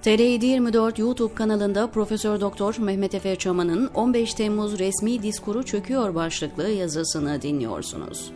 TR724 YouTube kanalında Profesör Doktor Mehmet Efe Çaman'ın 15 Temmuz resmi diskuru çöküyor başlıklı yazısını dinliyorsunuz.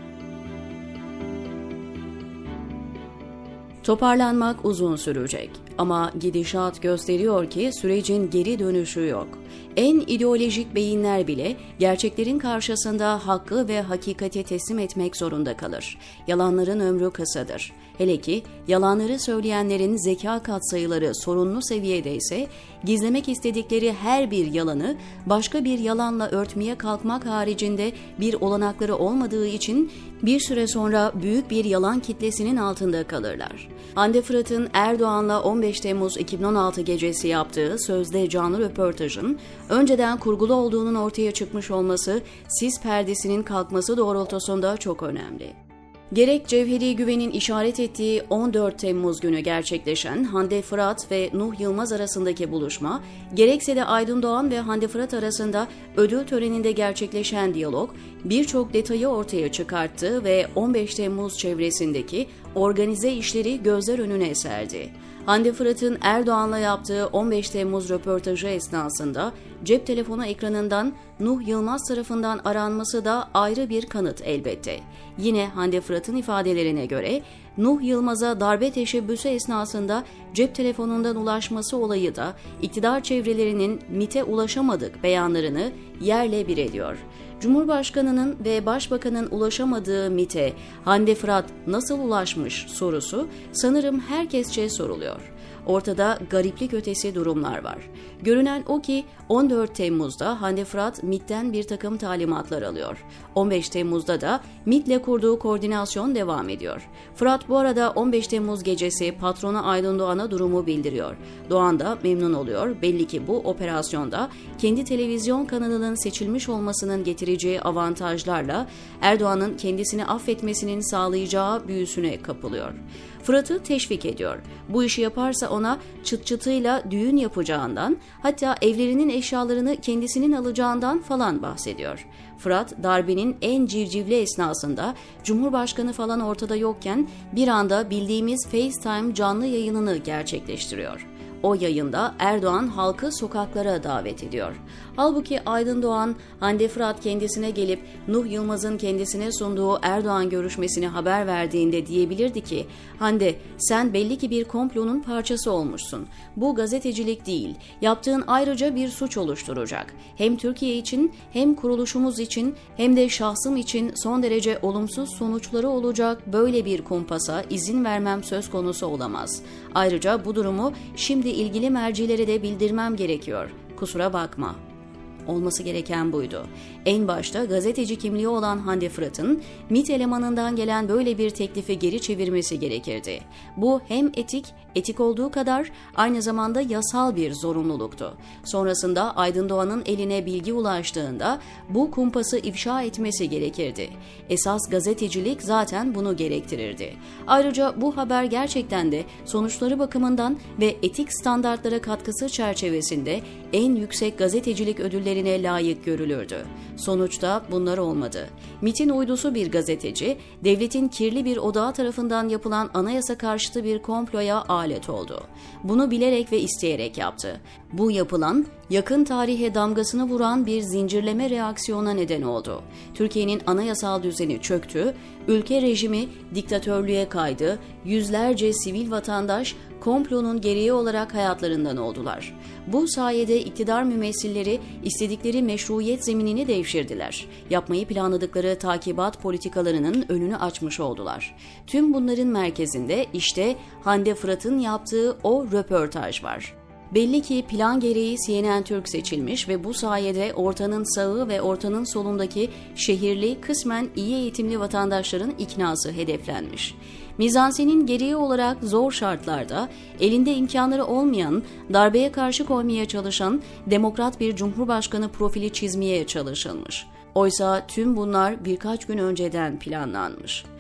Toparlanmak uzun sürecek ama gidişat gösteriyor ki sürecin geri dönüşü yok. En ideolojik beyinler bile gerçeklerin karşısında hakkı ve hakikati teslim etmek zorunda kalır. Yalanların ömrü kısadır. Hele ki yalanları söyleyenlerin zeka katsayıları sorunlu seviyede ise gizlemek istedikleri her bir yalanı başka bir yalanla örtmeye kalkmak haricinde bir olanakları olmadığı için bir süre sonra büyük bir yalan kitlesinin altında kalırlar. Hande Fırat'ın Erdoğan'la 15 Temmuz 2016 gecesi yaptığı sözde canlı röportajın önceden kurgulu olduğunun ortaya çıkmış olması sis perdesinin kalkması doğrultusunda çok önemli. Gerek Cevheri Güven'in işaret ettiği 14 Temmuz günü gerçekleşen Hande Fırat ve Nuh Yılmaz arasındaki buluşma, gerekse de Aydın Doğan ve Hande Fırat arasında ödül töreninde gerçekleşen diyalog birçok detayı ortaya çıkarttı ve 15 Temmuz çevresindeki organize işleri gözler önüne serdi. Hande Fırat'ın Erdoğan'la yaptığı 15 Temmuz röportajı esnasında cep telefonu ekranından Nuh Yılmaz tarafından aranması da ayrı bir kanıt elbette. Yine Hande Fırat'ın ifadelerine göre Nuh Yılmaz'a darbe teşebbüsü esnasında cep telefonundan ulaşması olayı da iktidar çevrelerinin MİT'e ulaşamadık beyanlarını yerle bir ediyor. Cumhurbaşkanının ve Başbakanın ulaşamadığı MİT'e Hande Fırat nasıl ulaşmış sorusu sanırım herkesçe soruluyor. Ortada gariplik ötesi durumlar var. Görünen o ki 14 Temmuz'da Hande Fırat MİT'ten bir takım talimatlar alıyor. 15 Temmuz'da da MİT'le kurduğu koordinasyon devam ediyor. Fırat bu arada 15 Temmuz gecesi patronu Aydın Doğan'a durumu bildiriyor. Doğan da memnun oluyor. Belli ki bu operasyonda kendi televizyon kanalının seçilmiş olmasının getireceği avantajlarla Erdoğan'ın kendisini affetmesinin sağlayacağı büyüsüne kapılıyor. Fırat'ı teşvik ediyor. Bu işi yaparsa ona çıt çıtıyla düğün yapacağından, hatta evlerinin eşyalarını kendisinin alacağından falan bahsediyor. Fırat, darbenin en civcivli esnasında Cumhurbaşkanı falan ortada yokken bir anda bildiğimiz FaceTime canlı yayınını gerçekleştiriyor. O yayında Erdoğan halkı sokaklara davet ediyor. Halbuki Aydın Doğan, Hande Fırat kendisine gelip Nuh Yılmaz'ın kendisine sunduğu Erdoğan görüşmesini haber verdiğinde diyebilirdi ki, Hande sen belli ki bir komplonun parçası olmuşsun. Bu gazetecilik değil, yaptığın ayrıca bir suç oluşturacak. Hem Türkiye için hem kuruluşumuz için hem de şahsım için son derece olumsuz sonuçları olacak böyle bir kumpasa izin vermem söz konusu olamaz. Ayrıca bu durumu şimdi ilgili mercilere de bildirmem gerekiyor. Kusura bakma. Olması gereken buydu. En başta gazeteci kimliği olan Hande Fırat'ın MİT elemanından gelen böyle bir teklifi geri çevirmesi gerekirdi. Bu hem etik olduğu kadar aynı zamanda yasal bir zorunluluktu. Sonrasında Aydın Doğan'ın eline bilgi ulaştığında bu kumpası ifşa etmesi gerekirdi. Esas gazetecilik zaten bunu gerektirirdi. Ayrıca bu haber gerçekten de sonuçları bakımından ve etik standartlara katkısı çerçevesinde en yüksek gazetecilik ödüllerine layık görülürdü. Sonuçta bunlar olmadı. MİT'in uydusu bir gazeteci, devletin kirli bir odağı tarafından yapılan anayasa karşıtı bir komploya alet oldu. Bunu bilerek ve isteyerek yaptı. Bu yapılan, yakın tarihe damgasını vuran bir zincirleme reaksiyona neden oldu. Türkiye'nin anayasal düzeni çöktü, ülke rejimi diktatörlüğe kaydı, yüzlerce sivil vatandaş komplonun gereği olarak hayatlarından oldular. Bu sayede iktidar mümessilleri istedikleri meşruiyet zeminini devşirdiler. Yapmayı planladıkları takibat politikalarının önünü açmış oldular. Tüm bunların merkezinde işte Hande Fırat'ın yaptığı o röportaj var. Belli ki plan gereği CNN Türk seçilmiş ve bu sayede ortanın sağı ve ortanın solundaki şehirli, kısmen iyi eğitimli vatandaşların iknası hedeflenmiş. Mizansenin gereği olarak zor şartlarda elinde imkanları olmayan, darbeye karşı koymaya çalışan demokrat bir cumhurbaşkanı profili çizmeye çalışılmış. Oysa tüm bunlar birkaç gün önceden planlanmış.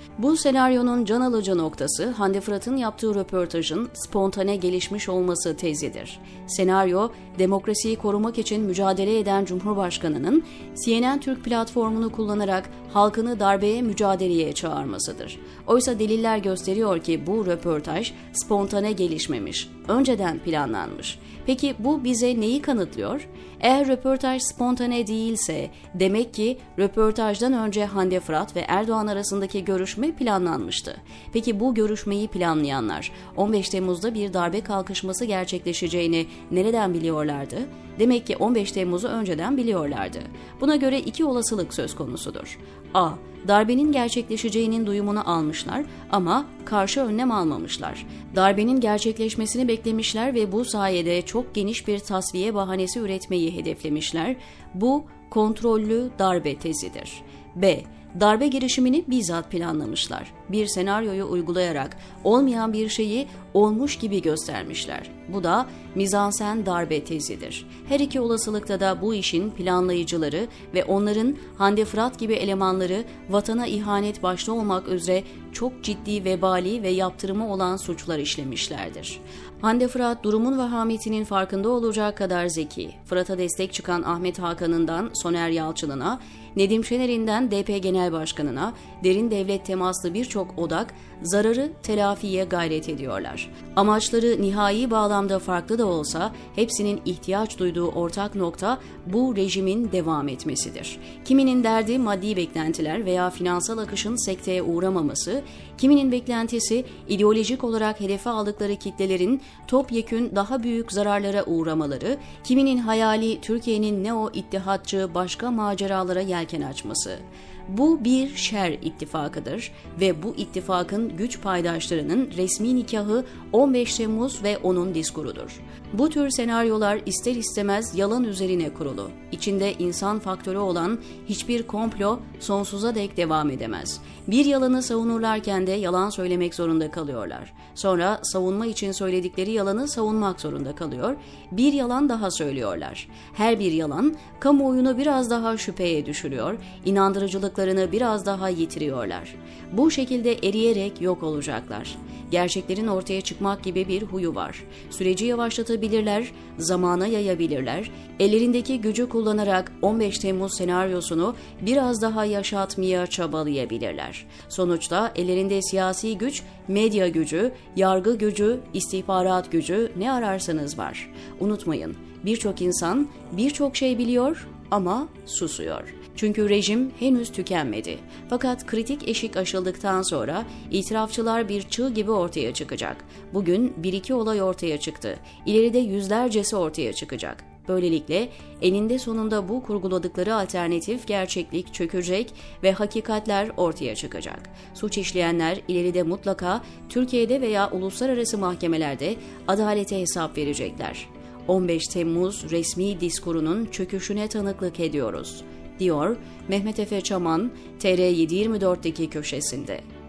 Bu senaryonun can alıcı noktası Hande Fırat'ın yaptığı röportajın spontane gelişmiş olması tezidir. Senaryo, demokrasiyi korumak için mücadele eden Cumhurbaşkanı'nın CNN Türk platformunu kullanarak halkını darbeye, mücadeleye çağırmasıdır. Oysa deliller gösteriyor ki bu röportaj spontane gelişmemiş, önceden planlanmış. Peki bu bize neyi kanıtlıyor? Eğer röportaj spontane değilse demek ki röportajdan önce Hande Fırat ve Erdoğan arasındaki görüşme planlanmıştı. Peki bu görüşmeyi planlayanlar 15 Temmuz'da bir darbe kalkışması gerçekleşeceğini nereden biliyorlardı? Demek ki 15 Temmuz'u önceden biliyorlardı. Buna göre iki olasılık söz konusudur. A. Darbenin gerçekleşeceğinin duyumunu almışlar ama karşı önlem almamışlar. Darbenin gerçekleşmesini beklemişler ve bu sayede çok geniş bir tasfiye bahanesi üretmeyi hedeflemişler. Bu kontrollü darbe tezidir. B. Darbe girişimini bizzat planlamışlar. Bir senaryoyu uygulayarak olmayan bir şeyi olmuş gibi göstermişler. Bu da mizansen darbe tezidir. Her iki olasılıkta da bu işin planlayıcıları ve onların Hande Fırat gibi elemanları vatana ihanet başta olmak üzere çok ciddi vebali ve yaptırımı olan suçlar işlemişlerdir. Hande Fırat durumun vehametinin farkında olacağı kadar zeki. Fırat'a destek çıkan Ahmet Hakan'ından Soner Yalçın'ına, Nedim Şener'inden DP Genel Başkanı'na derin devlet temaslı birçok odak zararı telafiye gayret ediyorlar. Amaçları nihai bağlamda farklı da olsa hepsinin ihtiyaç duyduğu ortak nokta bu rejimin devam etmesidir. Kiminin derdi maddi beklentiler veya finansal akışın sekteye uğramaması, kiminin beklentisi ideolojik olarak hedefe aldıkları kitlelerin topyekün daha büyük zararlara uğramaları, kiminin hayali Türkiye'nin neo-ittihatçı başka maceralara yelken açması. Bu bir şer ittifakıdır ve bu ittifakın güç paydaşlarının resmi nikahı 15 Temmuz ve onun diskurudur. Bu tür senaryolar ister istemez yalan üzerine kurulu. İçinde insan faktörü olan hiçbir komplo sonsuza dek devam edemez. Bir yalanı savunurlarken de yalan söylemek zorunda kalıyorlar. Sonra savunma için söyledikleri yalanı savunmak zorunda kalıyor. Bir yalan daha söylüyorlar. Her bir yalan kamuoyunu biraz daha şüpheye düşürüyor, inandırıcılıklarını biraz daha yitiriyorlar. Bu şekilde eriyerek yok olacaklar. Gerçeklerin ortaya çıkmak gibi bir huyu var. Süreci yavaşlatabilirler, zamana yayabilirler, ellerindeki gücü kullanarak 15 Temmuz senaryosunu biraz daha yaşatmaya çabalayabilirler. Sonuçta ellerinde siyasi güç, medya gücü, yargı gücü, istihbarat gücü ne ararsanız var. Unutmayın, birçok insan birçok şey biliyor ama susuyor. Çünkü rejim henüz tükenmedi. Fakat kritik eşik aşıldıktan sonra itirafçılar bir çığ gibi ortaya çıkacak. Bugün 1-2 olay ortaya çıktı. İleride yüzlercesi ortaya çıkacak. Böylelikle eninde sonunda bu kurguladıkları alternatif gerçeklik çökecek ve hakikatler ortaya çıkacak. Suç işleyenler ileride mutlaka Türkiye'de veya uluslararası mahkemelerde adalete hesap verecekler. 15 Temmuz resmi diskurunun çöküşüne tanıklık ediyoruz, diyor Mehmet Efe Çaman, TR724'deki köşesinde.